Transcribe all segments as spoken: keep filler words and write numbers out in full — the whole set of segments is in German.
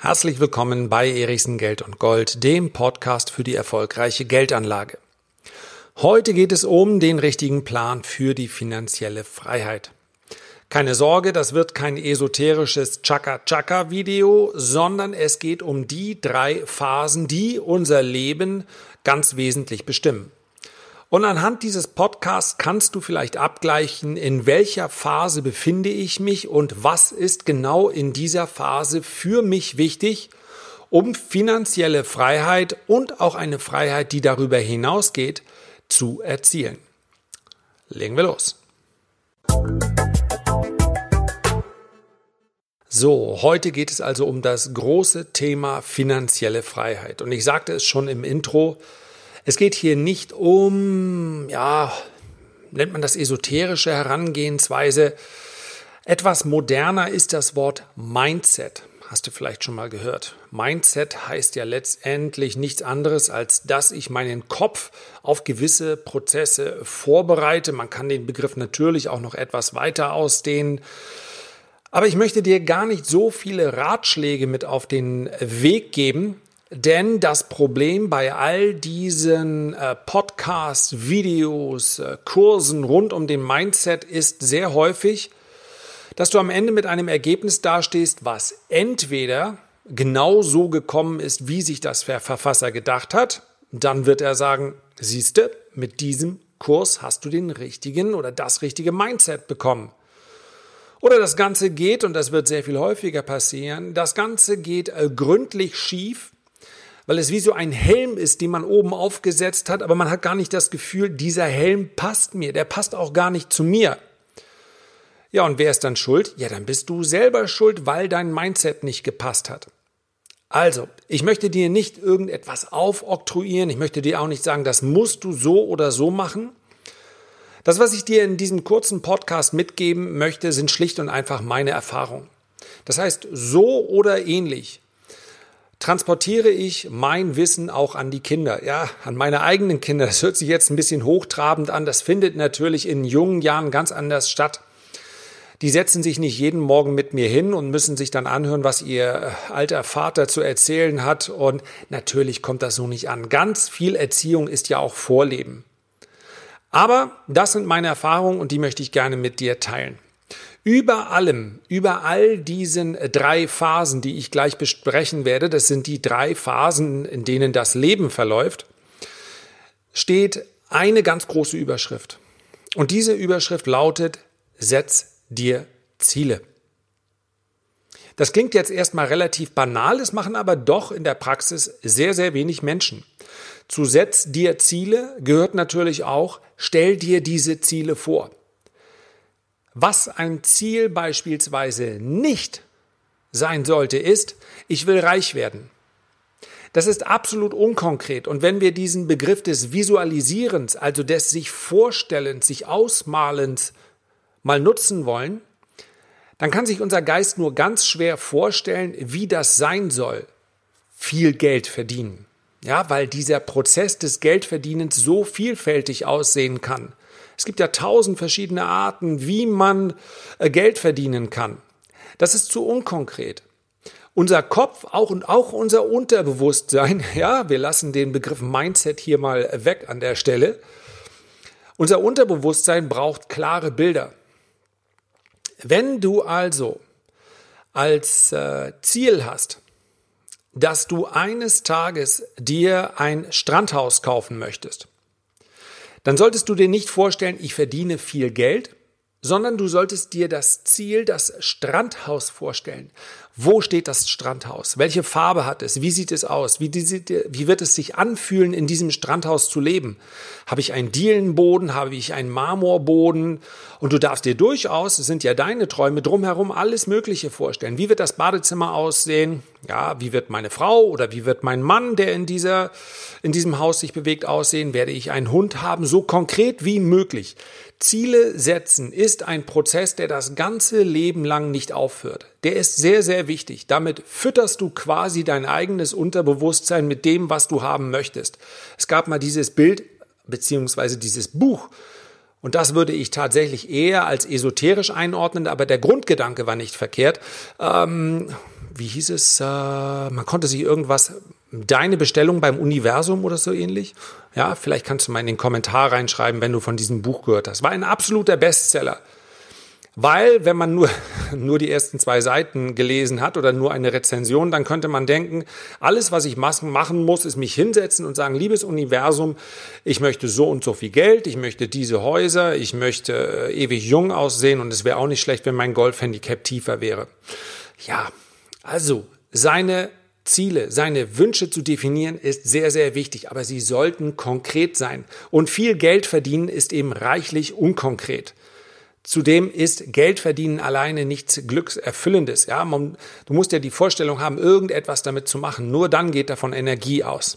Herzlich willkommen bei Erichsen Geld und Gold, dem Podcast für die erfolgreiche Geldanlage. Heute geht es um den richtigen Plan für die finanzielle Freiheit. Keine Sorge, das wird kein esoterisches Chaka-Chaka-Video, sondern es geht um die drei Phasen, die unser Leben ganz wesentlich bestimmen. Und anhand dieses Podcasts kannst du vielleicht abgleichen, in welcher Phase befinde ich mich und was ist genau in dieser Phase für mich wichtig, um finanzielle Freiheit und auch eine Freiheit, die darüber hinausgeht, zu erzielen. Legen wir los. So, heute geht es also um das große Thema finanzielle Freiheit. Und ich sagte es schon im Intro, es geht hier nicht um, ja, nennt man das esoterische Herangehensweise. Etwas moderner ist das Wort Mindset. Hast du vielleicht schon mal gehört. Mindset heißt ja letztendlich nichts anderes, als dass ich meinen Kopf auf gewisse Prozesse vorbereite. Man kann den Begriff natürlich auch noch etwas weiter ausdehnen. Aber ich möchte dir gar nicht so viele Ratschläge mit auf den Weg geben, denn das Problem bei all diesen äh, Podcasts, Videos, äh, Kursen rund um den Mindset ist sehr häufig, dass du am Ende mit einem Ergebnis dastehst, was entweder genau so gekommen ist, wie sich das der Verfasser gedacht hat. Dann wird er sagen, siehste, mit diesem Kurs hast du den richtigen oder das richtige Mindset bekommen. Oder das Ganze geht, und das wird sehr viel häufiger passieren, das Ganze geht äh, gründlich schief, weil es wie so ein Helm ist, den man oben aufgesetzt hat, aber man hat gar nicht das Gefühl, dieser Helm passt mir, der passt auch gar nicht zu mir. Ja, und wer ist dann schuld? Ja, dann bist du selber schuld, weil dein Mindset nicht gepasst hat. Also, ich möchte dir nicht irgendetwas aufoktroyieren, ich möchte dir auch nicht sagen, das musst du so oder so machen. Das, was ich dir in diesem kurzen Podcast mitgeben möchte, sind schlicht und einfach meine Erfahrungen. Das heißt, so oder ähnlich transportiere ich mein Wissen auch an die Kinder, ja, an meine eigenen Kinder. Das hört sich jetzt ein bisschen hochtrabend an, das findet natürlich in jungen Jahren ganz anders statt. Die setzen sich nicht jeden Morgen mit mir hin und müssen sich dann anhören, was ihr alter Vater zu erzählen hat, und natürlich kommt das so nicht an. Ganz viel Erziehung ist ja auch Vorleben. Aber das sind meine Erfahrungen und die möchte ich gerne mit dir teilen. Über allem, über all diesen drei Phasen, die ich gleich besprechen werde, das sind die drei Phasen, in denen das Leben verläuft, steht eine ganz große Überschrift. Und diese Überschrift lautet: Setz dir Ziele. Das klingt jetzt erstmal relativ banal, das machen aber doch in der Praxis sehr, sehr wenig Menschen. Zu Setz dir Ziele gehört natürlich auch, stell dir diese Ziele vor. Was ein Ziel beispielsweise nicht sein sollte, ist, ich will reich werden. Das ist absolut unkonkret. Und wenn wir diesen Begriff des Visualisierens, also des sich Vorstellens, sich Ausmalens mal nutzen wollen, dann kann sich unser Geist nur ganz schwer vorstellen, wie das sein soll, viel Geld verdienen. Ja, weil dieser Prozess des Geldverdienens so vielfältig aussehen kann. Es gibt ja tausend verschiedene Arten, wie man Geld verdienen kann. Das ist zu unkonkret. Unser Kopf auch und auch unser Unterbewusstsein, ja, wir lassen den Begriff Mindset hier mal weg an der Stelle. Unser Unterbewusstsein braucht klare Bilder. Wenn du also als äh, Ziel hast, dass du eines Tages dir ein Strandhaus kaufen möchtest, dann solltest du dir nicht vorstellen, ich verdiene viel Geld, sondern du solltest dir das Ziel, das Strandhaus vorstellen. Wo steht das Strandhaus? Welche Farbe hat es? Wie sieht es aus? Wie, wie wird es sich anfühlen, in diesem Strandhaus zu leben? Habe ich einen Dielenboden? Habe ich einen Marmorboden? Und du darfst dir durchaus, es sind ja deine Träume, drumherum alles Mögliche vorstellen. Wie wird das Badezimmer aussehen? Ja, wie wird meine Frau oder wie wird mein Mann, der in dieser, in diesem Haus sich bewegt, aussehen? Werde ich einen Hund haben? So konkret wie möglich. Ziele setzen ist ein Prozess, der das ganze Leben lang nicht aufhört. Der ist sehr, sehr wichtig. Damit fütterst du quasi dein eigenes Unterbewusstsein mit dem, was du haben möchtest. Es gab mal dieses Bild beziehungsweise dieses Buch, und das würde ich tatsächlich eher als esoterisch einordnen, aber der Grundgedanke war nicht verkehrt. Ähm, wie hieß es, äh, man konnte sich irgendwas, deine Bestellung beim Universum oder so ähnlich. Ja, vielleicht kannst du mal in den Kommentar reinschreiben, wenn du von diesem Buch gehört hast. War ein absoluter Bestseller. Weil, wenn man nur, nur die ersten zwei Seiten gelesen hat oder nur eine Rezension, dann könnte man denken, alles, was ich machen muss, ist mich hinsetzen und sagen, liebes Universum, ich möchte so und so viel Geld, ich möchte diese Häuser, ich möchte äh, ewig jung aussehen und es wäre auch nicht schlecht, wenn mein Golfhandicap tiefer wäre. Ja, also seine Ziele, seine Wünsche zu definieren, ist sehr, sehr wichtig, aber sie sollten konkret sein. Und viel Geld verdienen ist eben reichlich unkonkret. Zudem ist Geldverdienen alleine nichts Glückserfüllendes. Ja, man, du musst ja die Vorstellung haben, irgendetwas damit zu machen. Nur dann geht davon Energie aus.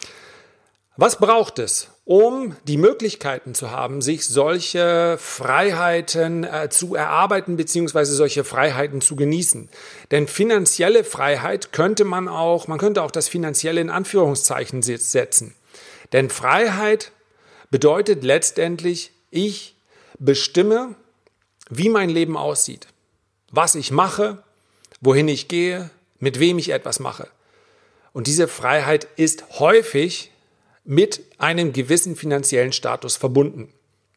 Was braucht es, um die Möglichkeiten zu haben, sich solche Freiheiten äh, zu erarbeiten bzw. solche Freiheiten zu genießen? Denn finanzielle Freiheit könnte man auch, man könnte auch das Finanzielle in Anführungszeichen setzen. Denn Freiheit bedeutet letztendlich, ich bestimme, wie mein Leben aussieht, was ich mache, wohin ich gehe, mit wem ich etwas mache. Und diese Freiheit ist häufig mit einem gewissen finanziellen Status verbunden.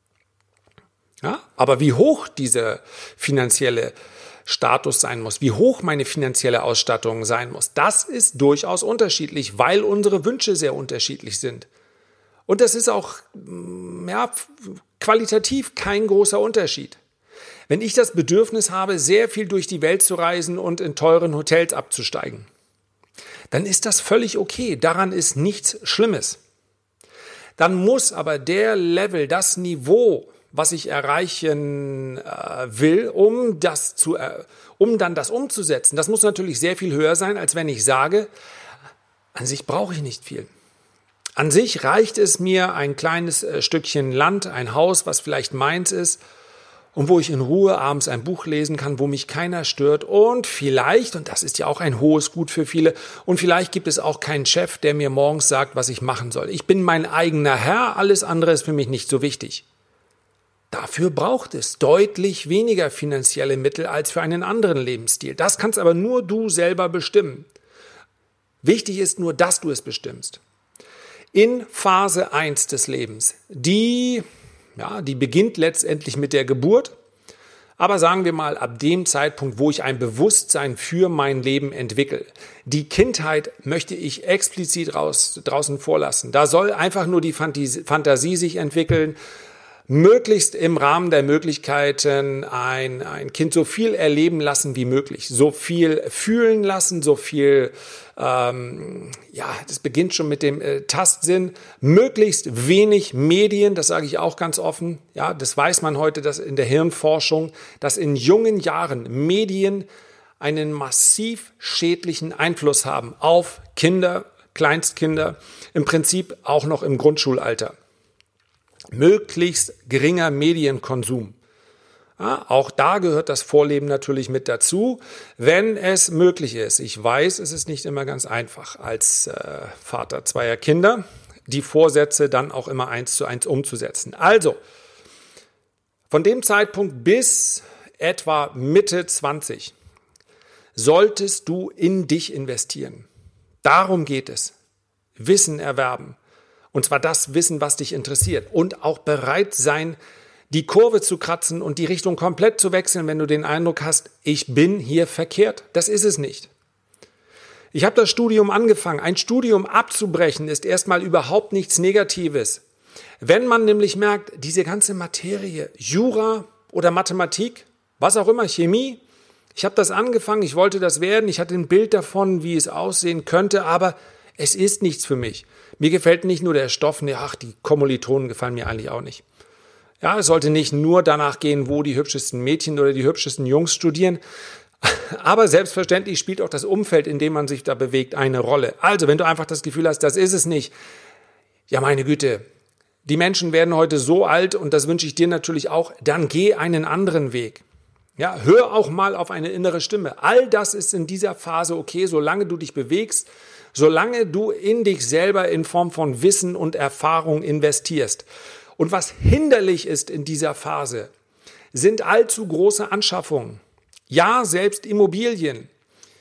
Ja? Aber wie hoch dieser finanzielle Status sein muss, wie hoch meine finanzielle Ausstattung sein muss, das ist durchaus unterschiedlich, weil unsere Wünsche sehr unterschiedlich sind. Und das ist auch ja, qualitativ kein großer Unterschied. Wenn ich das Bedürfnis habe, sehr viel durch die Welt zu reisen und in teuren Hotels abzusteigen, dann ist das völlig okay. Daran ist nichts Schlimmes. Dann muss aber der Level, das Niveau, was ich erreichen äh, will, um das zu, äh, um dann das umzusetzen, das muss natürlich sehr viel höher sein, als wenn ich sage, an sich brauche ich nicht viel. An sich reicht es mir ein kleines äh, Stückchen Land, ein Haus, was vielleicht meins ist, und wo ich in Ruhe abends ein Buch lesen kann, wo mich keiner stört und vielleicht, und das ist ja auch ein hohes Gut für viele, und vielleicht gibt es auch keinen Chef, der mir morgens sagt, was ich machen soll. Ich bin mein eigener Herr, alles andere ist für mich nicht so wichtig. Dafür braucht es deutlich weniger finanzielle Mittel als für einen anderen Lebensstil. Das kannst aber nur du selber bestimmen. Wichtig ist nur, dass du es bestimmst. In Phase eins des Lebens, die... Ja, die beginnt letztendlich mit der Geburt, aber sagen wir mal ab dem Zeitpunkt, wo ich ein Bewusstsein für mein Leben entwickle. Die Kindheit möchte ich explizit raus, draußen vorlassen. Da soll einfach nur die Fantasie, Fantasie sich entwickeln, möglichst im Rahmen der Möglichkeiten ein, ein Kind so viel erleben lassen wie möglich, so viel fühlen lassen, so viel, ähm, ja, das beginnt schon mit dem äh, Tastsinn, möglichst wenig Medien, das sage ich auch ganz offen, ja, das weiß man heute, dass in der Hirnforschung, dass in jungen Jahren Medien einen massiv schädlichen Einfluss haben auf Kinder, Kleinstkinder, im Prinzip auch noch im Grundschulalter. Möglichst geringer Medienkonsum. Ja, auch da gehört das Vorleben natürlich mit dazu, wenn es möglich ist. Ich weiß, es ist nicht immer ganz einfach als äh, Vater zweier Kinder, die Vorsätze dann auch immer eins zu eins umzusetzen. Also, von dem Zeitpunkt bis etwa Mitte zwanzig solltest du in dich investieren. Darum geht es. Wissen erwerben. Und zwar das Wissen, was dich interessiert. Und auch bereit sein, die Kurve zu kratzen und die Richtung komplett zu wechseln, wenn du den Eindruck hast, ich bin hier verkehrt. Das ist es nicht. Ich habe das Studium angefangen. Ein Studium abzubrechen ist erstmal überhaupt nichts Negatives. Wenn man nämlich merkt, diese ganze Materie, Jura oder Mathematik, was auch immer, Chemie, ich habe das angefangen, ich wollte das werden, ich hatte ein Bild davon, wie es aussehen könnte, aber es ist nichts für mich. Mir gefällt nicht nur der Stoff, nee, ach, die Kommilitonen gefallen mir eigentlich auch nicht. Ja, es sollte nicht nur danach gehen, wo die hübschesten Mädchen oder die hübschesten Jungs studieren, aber selbstverständlich spielt auch das Umfeld, in dem man sich da bewegt, eine Rolle. Also, wenn du einfach das Gefühl hast, das ist es nicht, ja, meine Güte, die Menschen werden heute so alt und das wünsche ich dir natürlich auch, dann geh einen anderen Weg. Ja, hör auch mal auf eine innere Stimme. All das ist in dieser Phase okay, solange du dich bewegst, solange du in dich selber in Form von Wissen und Erfahrung investierst. Und was hinderlich ist in dieser Phase, sind allzu große Anschaffungen. Ja, selbst Immobilien.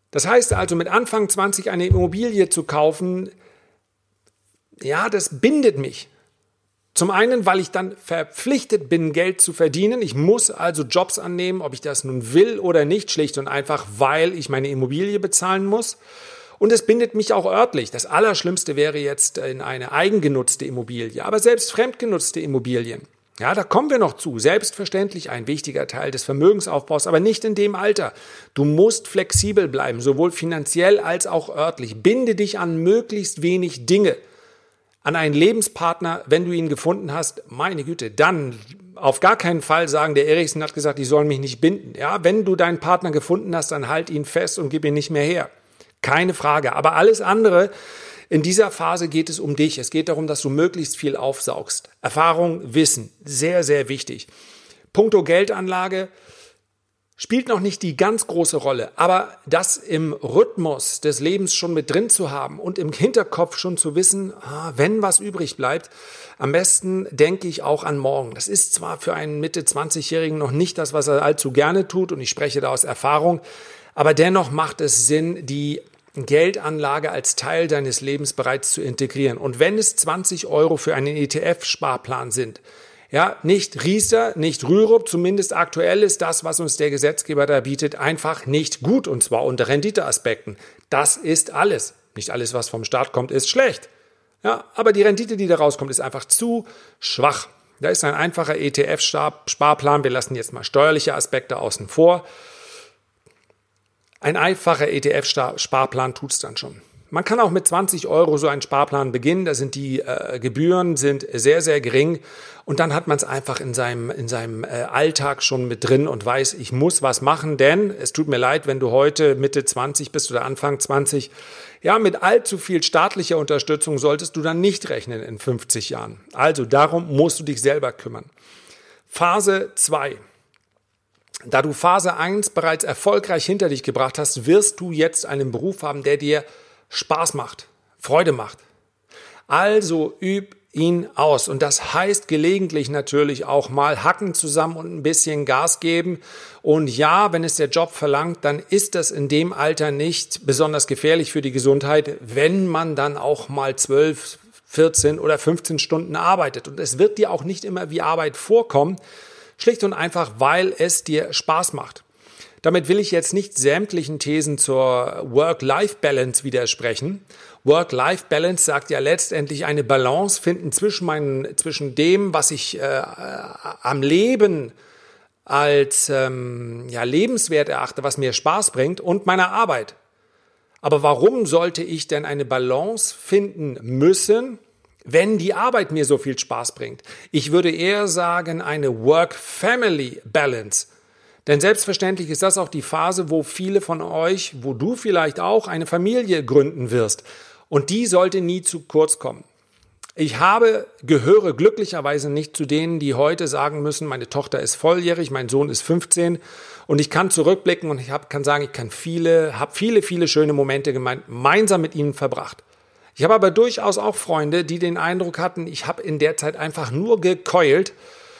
Das heißt also, mit Anfang zwanzig eine Immobilie zu kaufen, ja, das bindet mich. Zum einen, weil ich dann verpflichtet bin, Geld zu verdienen. Ich muss also Jobs annehmen, ob ich das nun will oder nicht, schlicht und einfach, weil ich meine Immobilie bezahlen muss. Und es bindet mich auch örtlich. Das Allerschlimmste wäre jetzt in eine eigengenutzte Immobilie, aber selbst fremdgenutzte Immobilien. Ja, da kommen wir noch zu. Selbstverständlich ein wichtiger Teil des Vermögensaufbaus, aber nicht in dem Alter. Du musst flexibel bleiben, sowohl finanziell als auch örtlich. Binde dich an möglichst wenig Dinge. An einen Lebenspartner, wenn du ihn gefunden hast, meine Güte, dann auf gar keinen Fall sagen, der Erichsen hat gesagt, ich soll mich nicht binden. Ja, wenn du deinen Partner gefunden hast, dann halt ihn fest und gib ihn nicht mehr her. Keine Frage. Aber alles andere, in dieser Phase geht es um dich. Es geht darum, dass du möglichst viel aufsaugst. Erfahrung, Wissen, sehr, sehr wichtig. Punkto Geldanlage spielt noch nicht die ganz große Rolle, aber das im Rhythmus des Lebens schon mit drin zu haben und im Hinterkopf schon zu wissen, wenn was übrig bleibt, am besten denke ich auch an morgen. Das ist zwar für einen Mitte zwanzig-Jährigen noch nicht das, was er allzu gerne tut, und ich spreche da aus Erfahrung, aber dennoch macht es Sinn, die Geldanlage als Teil deines Lebens bereits zu integrieren. Und wenn es zwanzig Euro für einen E T F-Sparplan sind, ja, nicht Riester, nicht Rürup, zumindest aktuell ist das, was uns der Gesetzgeber da bietet, einfach nicht gut, und zwar unter Renditeaspekten. Das ist alles. Nicht alles, was vom Staat kommt, ist schlecht. Ja, aber die Rendite, die da rauskommt, ist einfach zu schwach. Da ist ein einfacher E T F-Sparplan, wir lassen jetzt mal steuerliche Aspekte außen vor. Ein einfacher E T F-Sparplan tut es dann schon. Man kann auch mit zwanzig Euro so einen Sparplan beginnen, da sind die äh, Gebühren sind sehr, sehr gering, und dann hat man es einfach in seinem, in seinem äh, Alltag schon mit drin und weiß, ich muss was machen, denn es tut mir leid, wenn du heute Mitte zwanzig bist oder Anfang zwanzig, ja, mit allzu viel staatlicher Unterstützung solltest du dann nicht rechnen in fünfzig Jahren. Also darum musst du dich selber kümmern. Phase zwei. Da du Phase eins bereits erfolgreich hinter dich gebracht hast, wirst du jetzt einen Beruf haben, der dir Spaß macht, Freude macht. Also üb ihn aus. Und das heißt gelegentlich natürlich auch mal Hacken zusammen und ein bisschen Gas geben. Und ja, wenn es der Job verlangt, dann ist das in dem Alter nicht besonders gefährlich für die Gesundheit, wenn man dann auch mal zwölf, vierzehn oder fünfzehn Stunden arbeitet. Und es wird dir auch nicht immer wie Arbeit vorkommen, schlicht und einfach, weil es dir Spaß macht. Damit will ich jetzt nicht sämtlichen Thesen zur Work-Life-Balance widersprechen. Work-Life-Balance sagt ja letztendlich eine Balance finden zwischen, meinen, zwischen dem, was ich äh, am Leben als ähm, ja, lebenswert erachte, was mir Spaß bringt, und meiner Arbeit. Aber warum sollte ich denn eine Balance finden müssen, wenn die Arbeit mir so viel Spaß bringt? Ich würde eher sagen, eine Work-Family-Balance. Denn selbstverständlich ist das auch die Phase, wo viele von euch, wo du vielleicht auch, eine Familie gründen wirst. Und die sollte nie zu kurz kommen. Ich habe, gehöre glücklicherweise nicht zu denen, die heute sagen müssen, meine Tochter ist volljährig, mein Sohn ist fünfzehn, und ich kann zurückblicken und ich hab, kann sagen, ich kann viele, habe viele, viele schöne Momente gemeinsam mit ihnen verbracht. Ich habe aber durchaus auch Freunde, die den Eindruck hatten, ich habe in der Zeit einfach nur gekeult.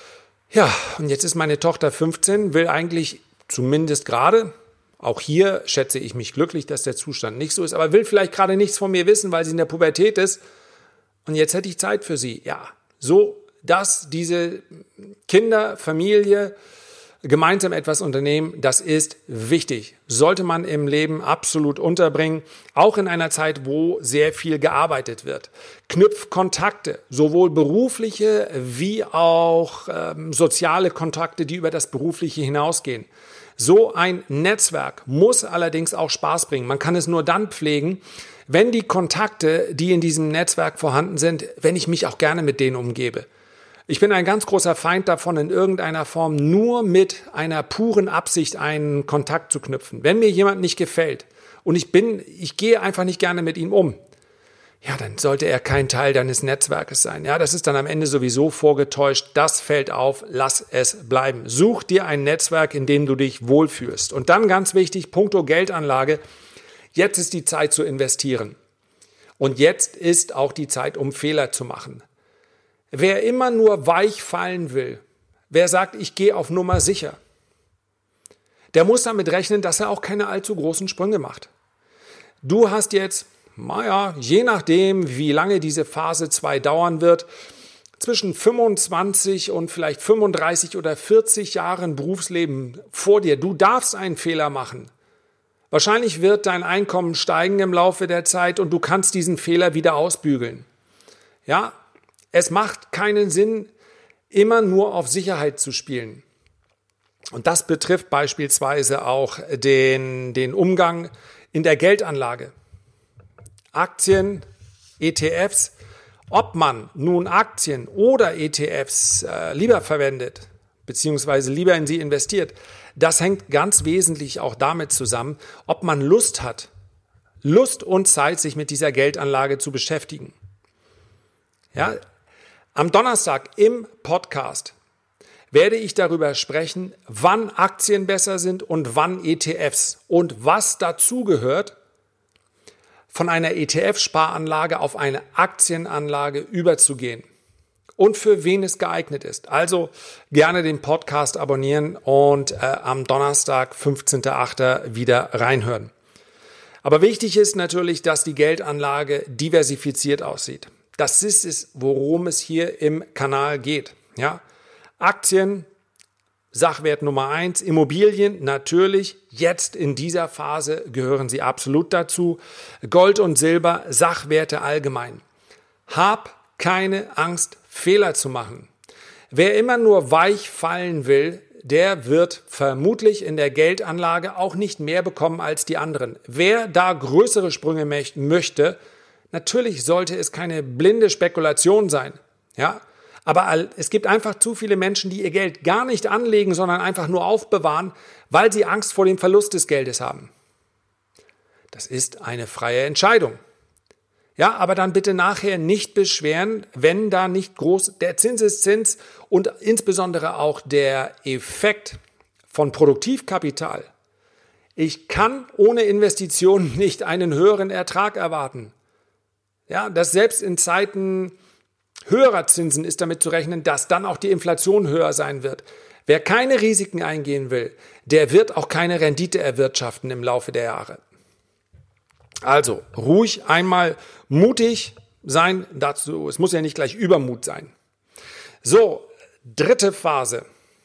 Ja, und jetzt ist meine Tochter fünfzehn, will eigentlich zumindest gerade, auch hier schätze ich mich glücklich, dass der Zustand nicht so ist, aber will vielleicht gerade nichts von mir wissen, weil sie in der Pubertät ist. Und jetzt hätte ich Zeit für sie. Ja, so, dass diese Kinder, Familie gemeinsam etwas unternehmen, das ist wichtig. Sollte man im Leben absolut unterbringen, auch in einer Zeit, wo sehr viel gearbeitet wird. Knüpf Kontakte, sowohl berufliche wie auch ähm, soziale Kontakte, die über das Berufliche hinausgehen. So ein Netzwerk muss allerdings auch Spaß bringen. Man kann es nur dann pflegen, wenn die Kontakte, die in diesem Netzwerk vorhanden sind, wenn ich mich auch gerne mit denen umgebe. Ich bin ein ganz großer Feind davon, in irgendeiner Form nur mit einer puren Absicht einen Kontakt zu knüpfen. Wenn mir jemand nicht gefällt und ich bin, ich gehe einfach nicht gerne mit ihm um, ja, dann sollte er kein Teil deines Netzwerkes sein. Ja, das ist dann am Ende sowieso vorgetäuscht. Das fällt auf. Lass es bleiben. Such dir ein Netzwerk, in dem du dich wohlfühlst. Und dann ganz wichtig, puncto Geldanlage. Jetzt ist die Zeit zu investieren. Und jetzt ist auch die Zeit, um Fehler zu machen. Wer immer nur weich fallen will, wer sagt, ich gehe auf Nummer sicher, der muss damit rechnen, dass er auch keine allzu großen Sprünge macht. du hast jetzt, naja, je nachdem, wie lange diese Phase zwei dauern wird, zwischen fünfundzwanzig und vielleicht fünfunddreißig oder vierzig Jahren Berufsleben vor dir. Du darfst einen Fehler machen. Wahrscheinlich wird dein Einkommen steigen im Laufe der Zeit und du kannst diesen Fehler wieder ausbügeln. Ja, es macht keinen Sinn, immer nur auf Sicherheit zu spielen. Und das betrifft beispielsweise auch den, den Umgang in der Geldanlage. Aktien, E T Fs, ob man nun Aktien oder E T Fs äh, lieber verwendet, beziehungsweise lieber in sie investiert, das hängt ganz wesentlich auch damit zusammen, ob man Lust hat, Lust und Zeit, sich mit dieser Geldanlage zu beschäftigen. Ja, am Donnerstag im Podcast werde ich darüber sprechen, wann Aktien besser sind und wann E T Fs und was dazugehört, von einer E T F-Sparanlage auf eine Aktienanlage überzugehen und für wen es geeignet ist. Also gerne den Podcast abonnieren und äh, am Donnerstag, fünfzehnten achten wieder reinhören. Aber wichtig ist natürlich, dass die Geldanlage diversifiziert aussieht. Das ist es, worum es hier im Kanal geht. Ja? Aktien, Sachwert Nummer eins, Immobilien natürlich, jetzt in dieser Phase gehören sie absolut dazu. Gold und Silber, Sachwerte allgemein. Hab keine Angst, Fehler zu machen. Wer immer nur weich fallen will, der wird vermutlich in der Geldanlage auch nicht mehr bekommen als die anderen. Wer da größere Sprünge möchte, natürlich sollte es keine blinde Spekulation sein, ja. Aber es gibt einfach zu viele Menschen, die ihr Geld gar nicht anlegen, sondern einfach nur aufbewahren, weil sie Angst vor dem Verlust des Geldes haben. Das ist eine freie Entscheidung. Ja, aber dann bitte nachher nicht beschweren, wenn da nicht groß der Zinseszins und insbesondere auch der Effekt von Produktivkapital. Ich kann ohne Investition nicht einen höheren Ertrag erwarten. Ja, dass selbst in Zeiten höherer Zinsen ist damit zu rechnen, dass dann auch die Inflation höher sein wird. Wer keine Risiken eingehen will, der wird auch keine Rendite erwirtschaften im Laufe der Jahre. Also ruhig einmal mutig sein dazu. Es muss ja nicht gleich Übermut sein. So, dritte Phase.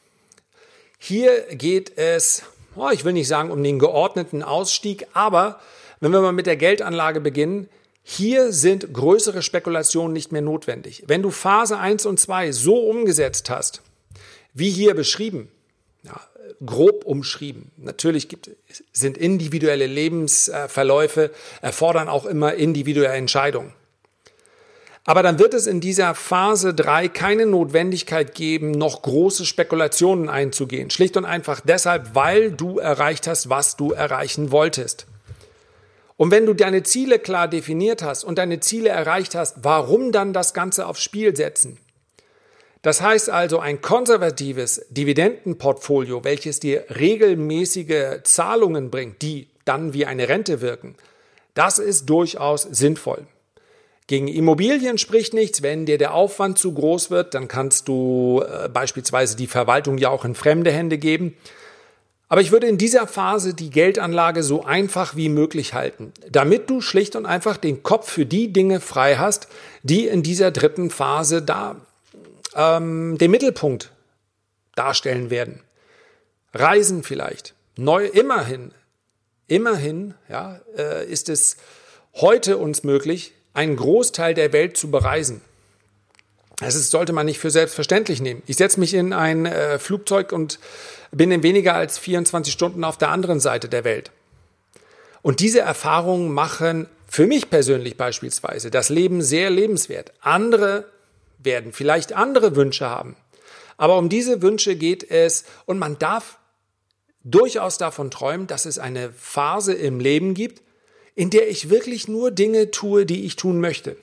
Hier geht es, oh, ich will nicht sagen um den geordneten Ausstieg, aber wenn wir mal mit der Geldanlage beginnen, hier sind größere Spekulationen nicht mehr notwendig. Wenn du Phase eins und zwei so umgesetzt hast, wie hier beschrieben, ja, grob umschrieben, natürlich gibt, sind individuelle Lebensverläufe, erfordern auch immer individuelle Entscheidungen. Aber dann wird es in dieser Phase drei keine Notwendigkeit geben, noch große Spekulationen einzugehen. Schlicht und einfach deshalb, weil du erreicht hast, was du erreichen wolltest. Und wenn du deine Ziele klar definiert hast und deine Ziele erreicht hast, warum dann das Ganze aufs Spiel setzen? Das heißt also, ein konservatives Dividendenportfolio, welches dir regelmäßige Zahlungen bringt, die dann wie eine Rente wirken, das ist durchaus sinnvoll. Gegen Immobilien spricht nichts. Wenn dir der Aufwand zu groß wird, dann kannst du äh, beispielsweise die Verwaltung ja auch in fremde Hände geben. Aber ich würde in dieser Phase die Geldanlage so einfach wie möglich halten, damit du schlicht und einfach den Kopf für die Dinge frei hast, die in dieser dritten Phase da ähm, den Mittelpunkt darstellen werden. Reisen vielleicht. Neu, immerhin, immerhin ja, äh, ist es heute uns möglich, einen Großteil der Welt zu bereisen. Das ist, sollte man nicht für selbstverständlich nehmen. Ich setze mich in ein äh, Flugzeug und bin in weniger als vierundzwanzig Stunden auf der anderen Seite der Welt. Und diese Erfahrungen machen für mich persönlich beispielsweise das Leben sehr lebenswert. Andere werden vielleicht andere Wünsche haben. Aber um diese Wünsche geht es und man darf durchaus davon träumen, dass es eine Phase im Leben gibt, in der ich wirklich nur Dinge tue, die ich tun möchte.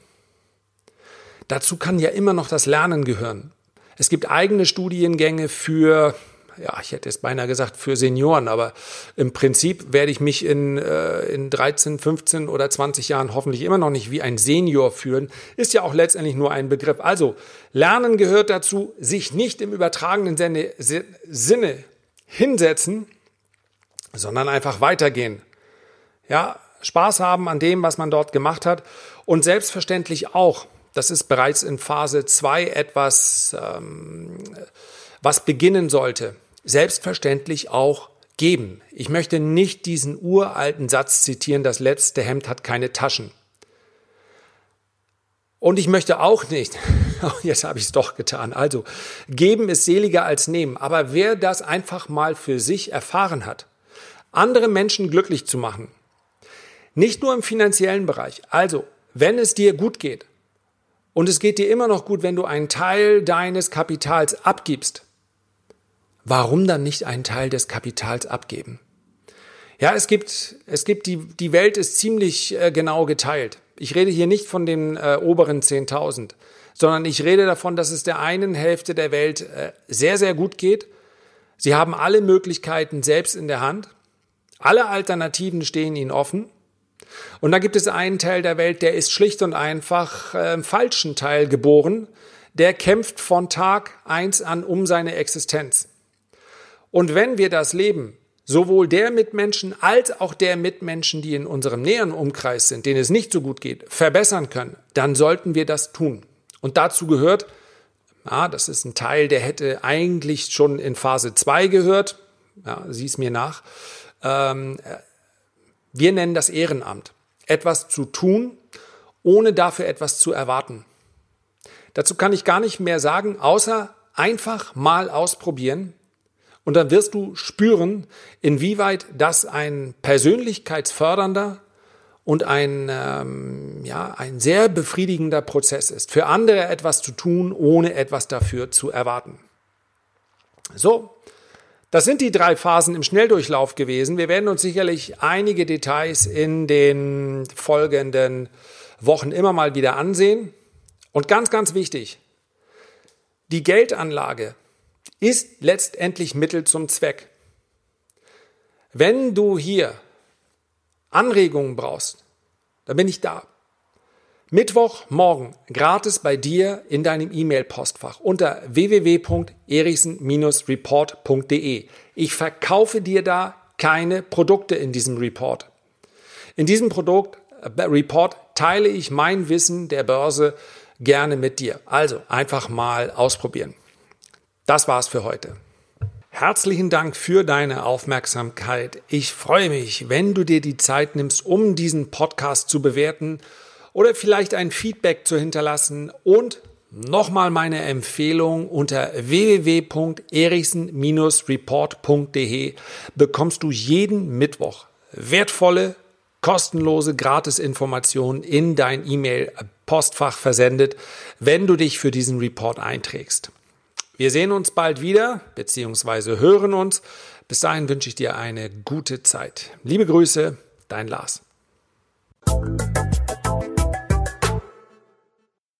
Dazu kann ja immer noch das Lernen gehören. Es gibt eigene Studiengänge für, ja, ich hätte es beinahe gesagt, für Senioren, aber im Prinzip werde ich mich in, äh, in dreizehn, fünfzehn oder zwanzig Jahren hoffentlich immer noch nicht wie ein Senior fühlen. Ist ja auch letztendlich nur ein Begriff. Also, Lernen gehört dazu, sich nicht im übertragenen Sinne, Sinne hinsetzen, sondern einfach weitergehen. Ja, Spaß haben an dem, was man dort gemacht hat und selbstverständlich auch, das ist bereits in Phase zwei etwas, ähm, was beginnen sollte, selbstverständlich auch geben. Ich möchte nicht diesen uralten Satz zitieren, das letzte Hemd hat keine Taschen. Und ich möchte auch nicht, jetzt habe ich es doch getan, also geben ist seliger als nehmen. Aber wer das einfach mal für sich erfahren hat, andere Menschen glücklich zu machen, nicht nur im finanziellen Bereich, also wenn es dir gut geht und es geht dir immer noch gut, wenn du einen Teil deines Kapitals abgibst, warum dann nicht einen Teil des Kapitals abgeben? Ja, es gibt, es gibt die, die Welt ist ziemlich äh, genau geteilt. Ich rede hier nicht von den äh, oberen zehntausend, sondern ich rede davon, dass es der einen Hälfte der Welt äh, sehr, sehr gut geht. Sie haben alle Möglichkeiten selbst in der Hand. Alle Alternativen stehen ihnen offen. Und da gibt es einen Teil der Welt, der ist schlicht und einfach äh, im falschen Teil geboren. Der kämpft von Tag eins an um seine Existenz. Und wenn wir das Leben sowohl der Mitmenschen als auch der Mitmenschen, die in unserem näheren Umkreis sind, denen es nicht so gut geht, verbessern können, dann sollten wir das tun. Und dazu gehört, ja, das ist ein Teil, der hätte eigentlich schon in Phase zwei gehört, ja, sieh es mir nach, ähm, wir nennen das Ehrenamt. Etwas zu tun, ohne dafür etwas zu erwarten. Dazu kann ich gar nicht mehr sagen, außer einfach mal ausprobieren. Und dann wirst du spüren, inwieweit das ein persönlichkeitsfördernder und ein, ähm, ja, ein sehr befriedigender Prozess ist, für andere etwas zu tun, ohne etwas dafür zu erwarten. So, das sind die drei Phasen im Schnelldurchlauf gewesen. Wir werden uns sicherlich einige Details in den folgenden Wochen immer mal wieder ansehen. Und ganz, ganz wichtig, die Geldanlage ist letztendlich Mittel zum Zweck. Wenn du hier Anregungen brauchst, dann bin ich da. Mittwochmorgen gratis bei dir in deinem E-Mail-Postfach unter w w w punkt erichsen Bindestrich report punkt d e. Ich verkaufe dir da keine Produkte in diesem Report. In diesem Produkt, äh, Report teile ich mein Wissen der Börse gerne mit dir. Also einfach mal ausprobieren. Das war's für heute. Herzlichen Dank für deine Aufmerksamkeit. Ich freue mich, wenn du dir die Zeit nimmst, um diesen Podcast zu bewerten oder vielleicht ein Feedback zu hinterlassen. Und nochmal meine Empfehlung, unter w w w punkt erichsen Bindestrich report punkt d e bekommst du jeden Mittwoch wertvolle, kostenlose Gratisinformationen in dein E-Mail-Postfach versendet, wenn du dich für diesen Report einträgst. Wir sehen uns bald wieder, beziehungsweise hören uns. Bis dahin wünsche ich dir eine gute Zeit. Liebe Grüße, dein Lars.